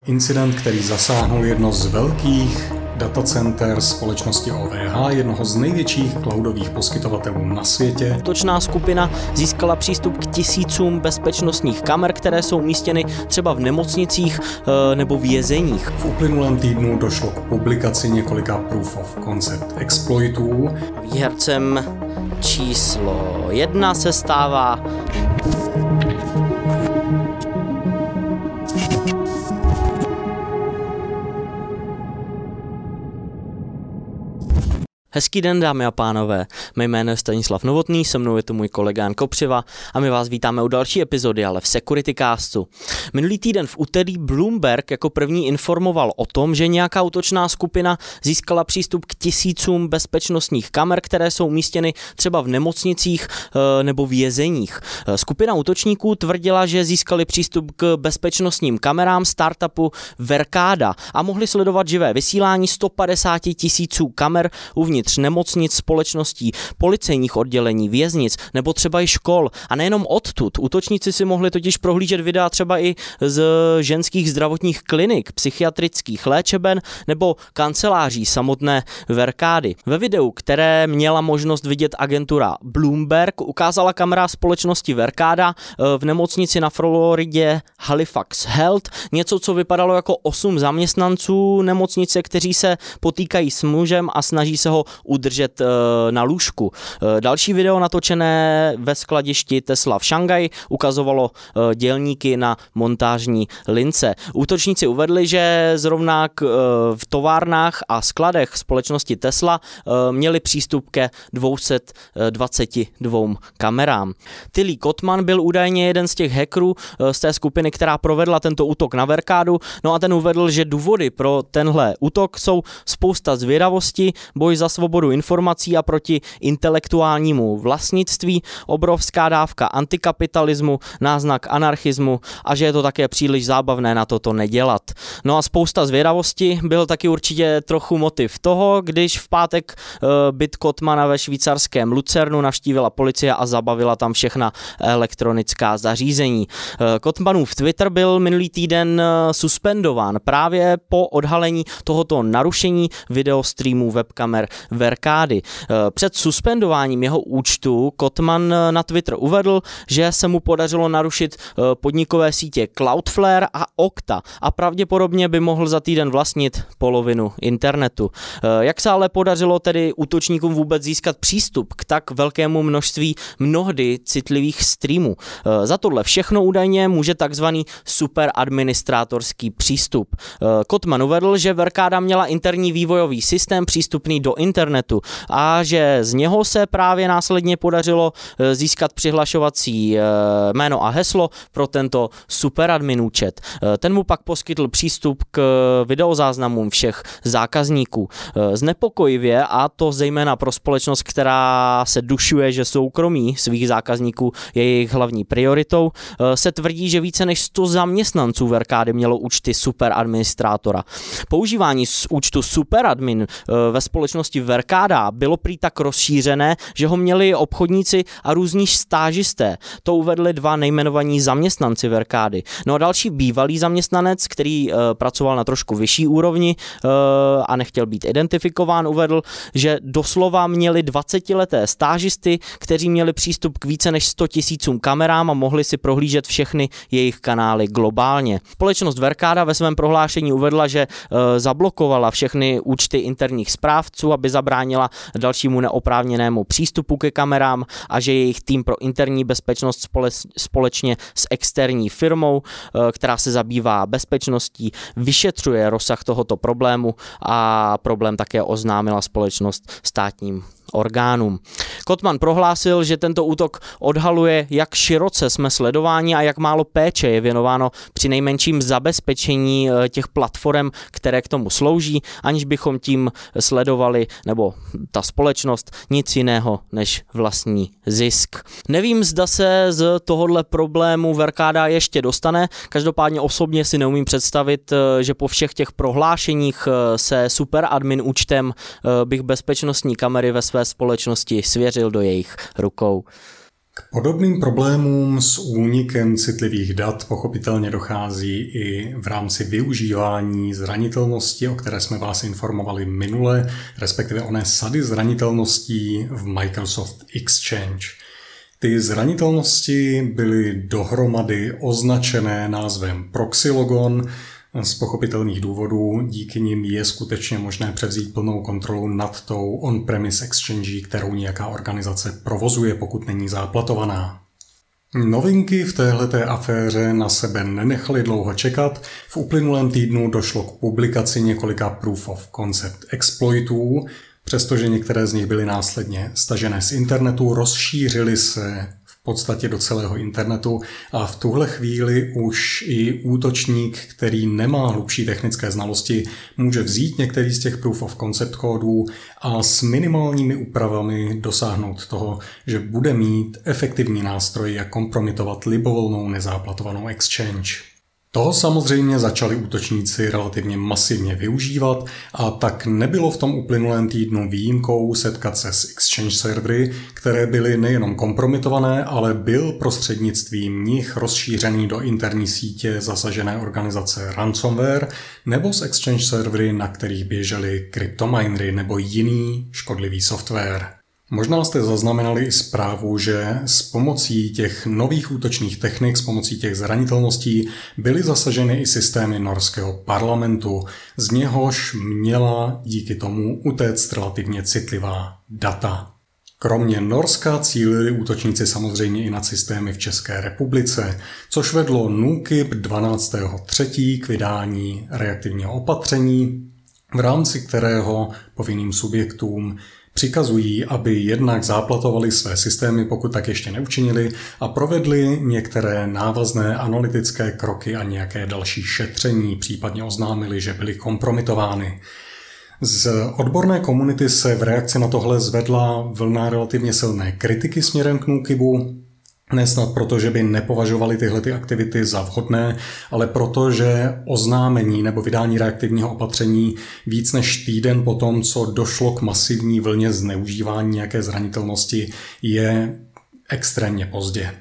Incident, který zasáhnul jedno z velkých datacenter společnosti OVH, jednoho z největších cloudových poskytovatelů na světě. Útočná skupina získala přístup k tisícům bezpečnostních kamer, které jsou umístěny třeba v nemocnicích nebo vězeních. V uplynulém týdnu došlo k publikaci několika proof of concept exploitů. Výhercem číslo 1 se stává Hezký den, dámy a pánové. Mé jméno je Stanislav Novotný, se mnou je tu můj kolega Jan Kopřiva a my vás vítáme u další epizody, ale v Securitycastu. Minulý týden v úterý Bloomberg jako první informoval o tom, že nějaká útočná skupina získala přístup k tisícům bezpečnostních kamer, které jsou umístěny třeba v nemocnicích nebo vězeních. Skupina útočníků tvrdila, že získali přístup k bezpečnostním kamerám startupu Verkada a mohli sledovat živé vysílání 150 tisíců kamer uvnitř nemocnic, společností, policejních oddělení, věznic nebo třeba i škol. A nejenom odtud. Útočníci si mohli totiž prohlížet videa třeba i z ženských zdravotních klinik, psychiatrických léčeben nebo kanceláří samotné Verkady. Ve videu, které měla možnost vidět agentura Bloomberg, ukázala kamera společnosti Verkada v nemocnici na Floridě Halifax Health něco, co vypadalo jako 8 zaměstnanců nemocnice, kteří se potýkají s mužem a snaží se ho udržet na lůžku. Další video natočené ve skladišti Tesla v Šanghaji ukazovalo dělníky na montážní lince. Útočníci uvedli, že zrovna v továrnách a skladech společnosti Tesla měli přístup ke 222 kamerám. Tilly Kotman byl údajně jeden z těch hackerů z té skupiny, která provedla tento útok na Verkadu, no a ten uvedl, že důvody pro tenhle útok jsou spousta zvědavosti, boj za svobodu informací a proti intelektuálnímu vlastnictví, obrovská dávka antikapitalismu, náznak anarchismu a že je to také příliš zábavné na toto nedělat. No a spousta zvědavosti byl taky určitě trochu motiv toho, když v pátek byt Kotmana ve švýcarském Lucernu navštívila policie a zabavila tam všechna elektronická zařízení. Kotmanův Twitter byl minulý týden suspendován právě po odhalení tohoto narušení videostreamu webkamer Verkady. Před suspendováním jeho účtu Kotman na Twitter uvedl, že se mu podařilo narušit podnikové sítě Cloudflare a Okta a pravděpodobně by mohl za týden vlastnit polovinu internetu. Jak se ale podařilo tedy útočníkům vůbec získat přístup k tak velkému množství mnohdy citlivých streamů? Za tohle všechno údajně může takzvaný superadministrátorský přístup. Kotman uvedl, že Verkada měla interní vývojový systém přístupný do internetu a že z něho se právě následně podařilo získat přihlašovací jméno a heslo pro tento superadmin účet. Ten mu pak poskytl přístup k videozáznamům všech zákazníků. Znepokojivě, a to zejména pro společnost, která se dušuje, že soukromí svých zákazníků je jejich hlavní prioritou, se tvrdí, že více než 100 zaměstnanců Verkady mělo účty superadministrátora. Používání z účtu superadmin ve společnosti Verkada bylo prý tak rozšířené, že ho měli obchodníci a různí stážisté. To uvedli 2 nejmenovaní zaměstnanci Verkady. No a další bývalý zaměstnanec, který pracoval na trošku vyšší úrovni a nechtěl být identifikován, uvedl, že doslova měli 20leté stážisty, kteří měli přístup k více než 100 000 kamerám a mohli si prohlížet všechny jejich kanály globálně. Společnost Verkada ve svém prohlášení uvedla, že zablokovala všechny účty interních správců, aby zabránila dalšímu neoprávněnému přístupu ke kamerám a že jejich tým pro interní bezpečnost společně s externí firmou, která se zabývá bezpečností, vyšetřuje rozsah tohoto problému a problém také oznámila společnost státním orgánům. Kotman prohlásil, že tento útok odhaluje, jak široce jsme sledováni a jak málo péče je věnováno při nejmenším zabezpečení těch platform, které k tomu slouží, aniž bychom tím sledovali, nebo ta společnost, nic jiného než vlastní zisk. Nevím, zda se z tohohle problému Verkada ještě dostane, každopádně osobně si neumím představit, že po všech těch prohlášeních se superadmin účtem bych bezpečnostní kamery ve své společnosti svěřil do jejich rukou. Podobným problémům s únikem citlivých dat pochopitelně dochází i v rámci využívání zranitelnosti, o které jsme vás informovali minule, respektive oné sady zranitelností v Microsoft Exchange. Ty zranitelnosti byly dohromady označené názvem Proxylogon. Z pochopitelných důvodů díky nim je skutečně možné převzít plnou kontrolu nad tou on-premise exchange, kterou nějaká organizace provozuje, pokud není záplatovaná. Novinky v téhleté aféře na sebe nenechaly dlouho čekat. V uplynulém týdnu došlo k publikaci několika proof of concept exploitů, přestože některé z nich byly následně stažené z internetu, rozšířily se v podstatě do celého internetu a v tuhle chvíli už i útočník, který nemá hlubší technické znalosti, může vzít některý z těch proof of concept kódů a s minimálními úpravami dosáhnout toho, že bude mít efektivní nástroj, jak kompromitovat libovolnou nezáplatovanou exchange. Toho samozřejmě začali útočníci relativně masivně využívat a tak nebylo v tom uplynulém týdnu výjimkou setkat se s exchange servery, které byly nejenom kompromitované, ale byl prostřednictvím nich rozšířený do interní sítě zasažené organizace ransomware nebo s exchange servery, na kterých běžely kryptominery nebo jiný škodlivý software. Možná jste zaznamenali i zprávu, že s pomocí těch nových útočných technik, s pomocí těch zranitelností byly zasaženy i systémy norského parlamentu, z něhož měla díky tomu utéct relativně citlivá data. Kromě Norska cílili útočníci samozřejmě i na systémy v České republice, což vedlo NÚKIB 12.3. k vydání reaktivního opatření, v rámci kterého povinným subjektům přikazují, aby jednak záplatovali své systémy, pokud tak ještě neučinili, a provedli některé návazné analytické kroky a nějaké další šetření, případně oznámili, že byly kompromitovány. Z odborné komunity se v reakci na tohle zvedla vlna relativně silné kritiky směrem k NÚKIBu, nesnad proto, že by nepovažovali tyhle ty aktivity za vhodné, ale proto, že oznámení nebo vydání reaktivního opatření víc než týden po tom, co došlo k masivní vlně zneužívání nějaké zranitelnosti, je extrémně pozdě.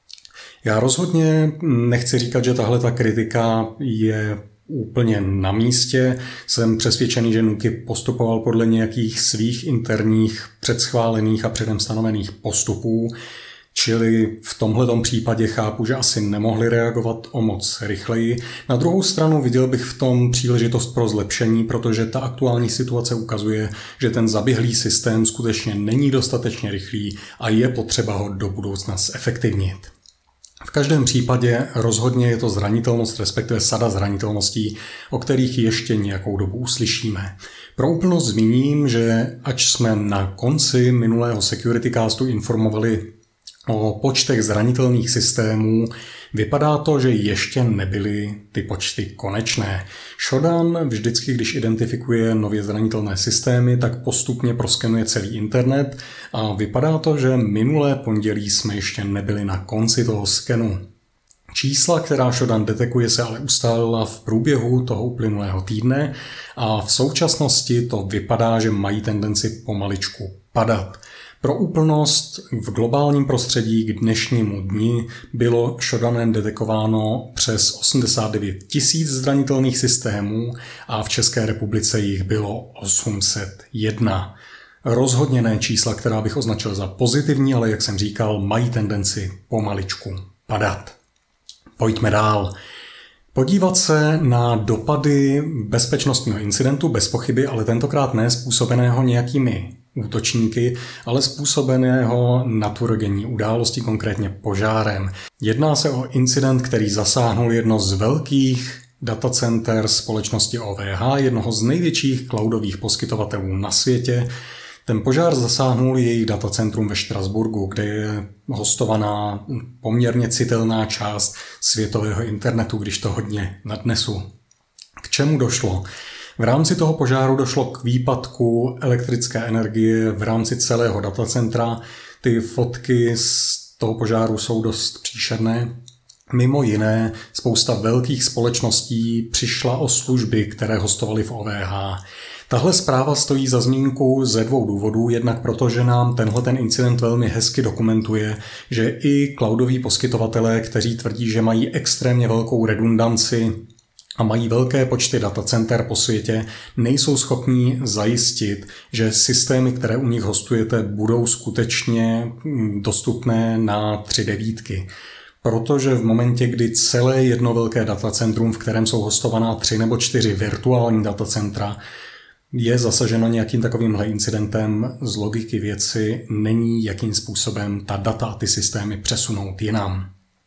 Já rozhodně nechci říkat, že tahle ta kritika je úplně na místě. Jsem přesvědčený, že NÚKIB postupoval podle nějakých svých interních předschválených a předem stanovených postupů, čili v tomhletom případě chápu, že asi nemohli reagovat o moc rychleji. Na druhou stranu viděl bych v tom příležitost pro zlepšení, protože ta aktuální situace ukazuje, že ten zaběhlý systém skutečně není dostatečně rychlý a je potřeba ho do budoucna zefektivnit. V každém případě rozhodně je to zranitelnost, respektive sada zranitelností, o kterých ještě nějakou dobu uslyšíme. Pro úplnost zmíním, že ač jsme na konci minulého Security Castu informovali o počtech zranitelných systémů, vypadá to, že ještě nebyly ty počty konečné. Shodan vždycky, když identifikuje nově zranitelné systémy, tak postupně proskenuje celý internet a vypadá to, že minulé pondělí jsme ještě nebyli na konci toho skenu. Čísla, která Shodan detekuje, se ale ustálila v průběhu toho uplynulého týdne a v současnosti to vypadá, že mají tendenci pomaličku padat. Pro úplnost v globálním prostředí k dnešnímu dni bylo Shodanem detekováno přes 89 000 zranitelných systémů a v České republice jich bylo 801. Rozhodně ne čísla, která bych označil za pozitivní, ale jak jsem říkal, mají tendenci pomaličku padat. Pojďme dál. Podívat se na dopady bezpečnostního incidentu, bez pochyby, ale tentokrát ne způsobeného nějakými útočníky, ale způsobeného naturgenní události, konkrétně požárem. Jedná se o incident, který zasáhnul jedno z velkých datacenter společnosti OVH, jednoho z největších cloudových poskytovatelů na světě. Ten požár zasáhnul jejich datacentrum ve Štrasburgu, kde je hostovaná poměrně citelná část světového internetu, když to hodně nadnesu. K čemu došlo? V rámci toho požáru došlo k výpadku elektrické energie v rámci celého datacentra. Ty fotky z toho požáru jsou dost příšerné. Mimo jiné, spousta velkých společností přišla o služby, které hostovaly v OVH. Tahle zpráva stojí za zmínku ze dvou důvodů, jednak proto, že nám ten incident velmi hezky dokumentuje, že i cloudoví poskytovatelé, kteří tvrdí, že mají extrémně velkou redundanci a mají velké počty datacenter po světě, nejsou schopní zajistit, že systémy, které u nich hostujete, budou skutečně dostupné na 3 devítky. Protože v momentě, kdy celé jedno velké datacentrum, v kterém jsou hostovaná 3 nebo 4 virtuální datacentra, je zasaženo nějakým takovýmhle incidentem, z logiky věci není jakým způsobem ta data a ty systémy přesunout jinam.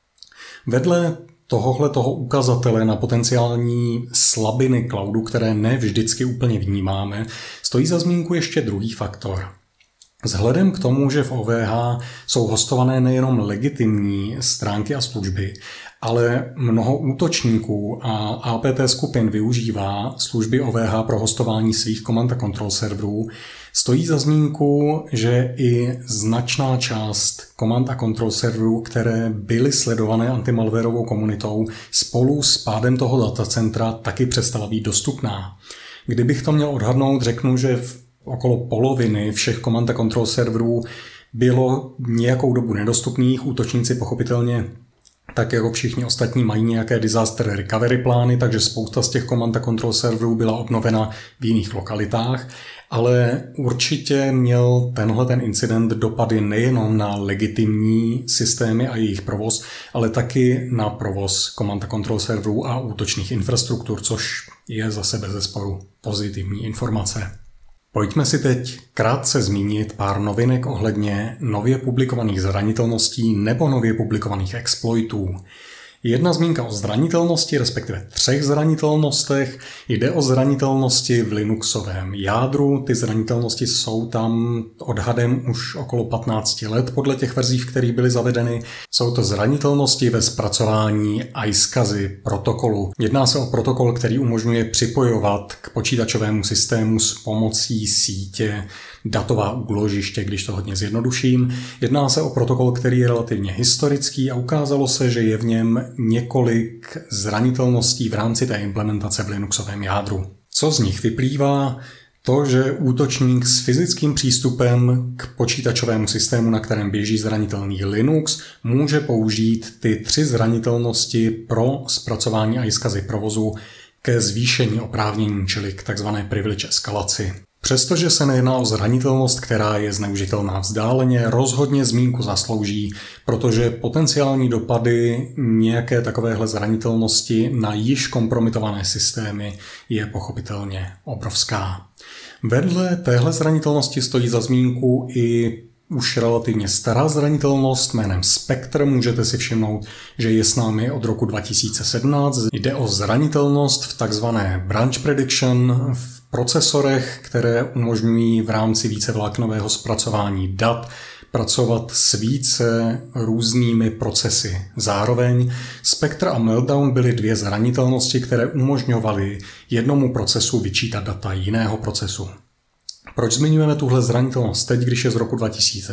Vedle toho ukazatele na potenciální slabiny cloudu, které ne vždycky úplně vnímáme, stojí za zmínku ještě druhý faktor. Vzhledem k tomu, že v OVH jsou hostované nejenom legitimní stránky a služby, ale mnoho útočníků a APT skupin využívá služby OVH pro hostování svých command a control serverů, stojí za zmínku, že i značná část command a control serverů, které byly sledované antimalwareovou komunitou, spolu s pádem toho datacentra taky přestala být dostupná. Kdybych to měl odhadnout, řeknu, že okolo poloviny všech command a control serverů bylo nějakou dobu nedostupných. Útočníci pochopitelně, tak jako všichni ostatní, mají nějaké disaster recovery plány, takže spousta z těch command a control serverů byla obnovena v jiných lokalitách, ale určitě měl ten incident dopady nejenom na legitimní systémy a jejich provoz, ale taky na provoz command a control serverů a útočných infrastruktur, což je zase bezesporu pozitivní informace. Pojďme si teď krátce zmínit pár novinek ohledně nově publikovaných zranitelností nebo nově publikovaných exploitů. Jedna zmínka o zranitelnosti, respektive 3 zranitelnostech. Jde o zranitelnosti v Linuxovém jádru. Ty zranitelnosti jsou tam odhadem už okolo 15 let podle těch verzí, v kterých byly zavedeny. Jsou to zranitelnosti ve zpracování iSCSI protokolu. Jedná se o protokol, který umožňuje připojovat k počítačovému systému s pomocí sítě datová úložiště, když to hodně zjednoduším. Jedná se o protokol, který je relativně historický a ukázalo se, že je v něm několik zranitelností v rámci té implementace v Linuxovém jádru. Co z nich vyplývá? To, že útočník s fyzickým přístupem k počítačovému systému, na kterém běží zranitelný Linux, může použít ty 3 zranitelnosti pro zpracování iSCSI provozu ke zvýšení oprávnění, čili k takzvané privilege eskalaci. Přestože se nejedná o zranitelnost, která je zneužitelná vzdáleně, rozhodně zmínku zaslouží, protože potenciální dopady nějaké takovéhle zranitelnosti na již kompromitované systémy je pochopitelně obrovská. Vedle téhle zranitelnosti stojí za zmínku i už relativně stará zranitelnost jménem Spectre. Můžete si všimnout, že je s námi od roku 2017. Jde o zranitelnost v takzvané branch prediction v procesorech, které umožňují v rámci vícevláknového zpracování dat pracovat s více různými procesy. Zároveň Spectre a Meltdown byly 2 zranitelnosti, které umožňovaly jednomu procesu vyčítat data jiného procesu. Proč zmiňujeme tuhle zranitelnost teď, když je z roku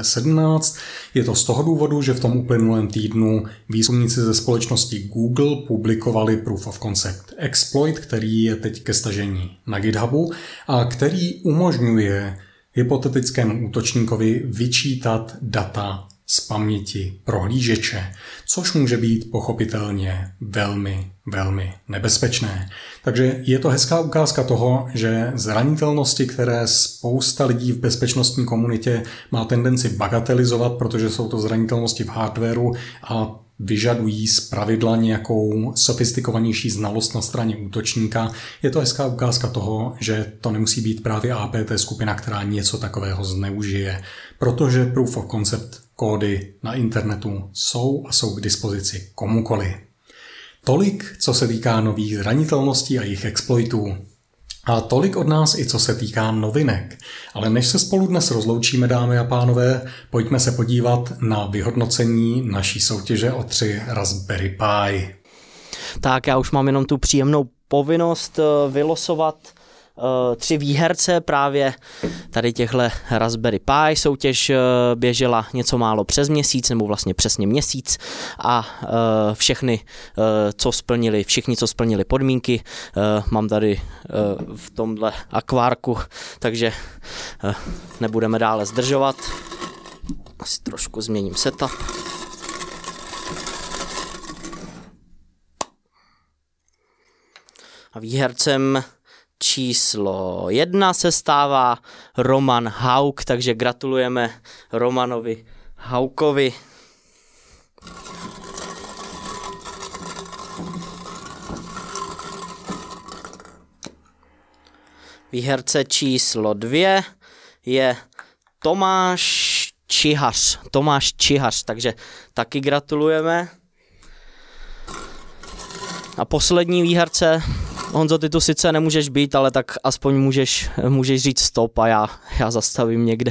2017? Je to z toho důvodu, že v tom uplynulém týdnu výzkumníci ze společnosti Google publikovali Proof of Concept exploit, který je teď ke stažení na GitHubu a který umožňuje hypotetickému útočníkovi vyčítat data z paměti prohlížeče, což může být pochopitelně velmi, velmi nebezpečné. Takže je to hezká ukázka toho, že zranitelnosti, které spousta lidí v bezpečnostní komunitě má tendenci bagatelizovat, protože jsou to zranitelnosti v hardwareu a vyžadují zpravidla nějakou sofistikovanější znalost na straně útočníka. Je to hezká ukázka toho, že to nemusí být právě APT skupina, která něco takového zneužije, protože Proof of Concept kódy na internetu jsou a jsou k dispozici komukoli. Tolik, co se týká nových zranitelností a jejich exploitů. A tolik od nás i co se týká novinek. Ale než se spolu dnes rozloučíme, dámy a pánové, pojďme se podívat na vyhodnocení naší soutěže o 3 Raspberry Pi. Tak já už mám jenom tu příjemnou povinnost vylosovat 3 výherce právě tady těchhle Raspberry Pi. Soutěž běžela něco málo přes měsíc, nebo vlastně přesně měsíc a všichni, co splnili podmínky, mám tady v tomhle akvárku, takže nebudeme dále zdržovat. Asi trošku změním setup. A výhercem číslo 1 se stává Roman Hauk, takže gratulujeme Romanovi Haukovi. Výherce číslo 2 je Tomáš Čihař, takže taky gratulujeme. A poslední výherce, Honzo, ty tu sice nemůžeš být, ale tak aspoň můžeš říct stop a já zastavím někde.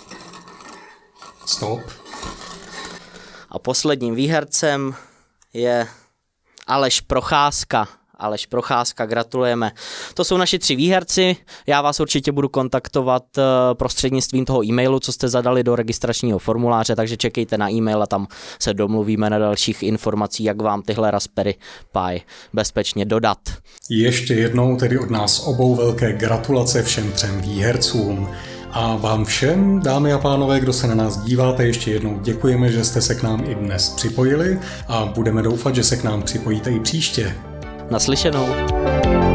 Stop. A posledním výhercem je Aleš Procházka, gratulujeme. To jsou naši 3 výherci, já vás určitě budu kontaktovat prostřednictvím toho e-mailu, co jste zadali do registračního formuláře, takže čekejte na e-mail a tam se domluvíme na dalších informací, jak vám tyhle Raspberry Pi bezpečně dodat. Ještě jednou tedy od nás obou velké gratulace všem 3 výhercům. A vám všem, dámy a pánové, kdo se na nás díváte, ještě jednou děkujeme, že jste se k nám i dnes připojili a budeme doufat, že se k nám připojíte i příště. Naslyšenou.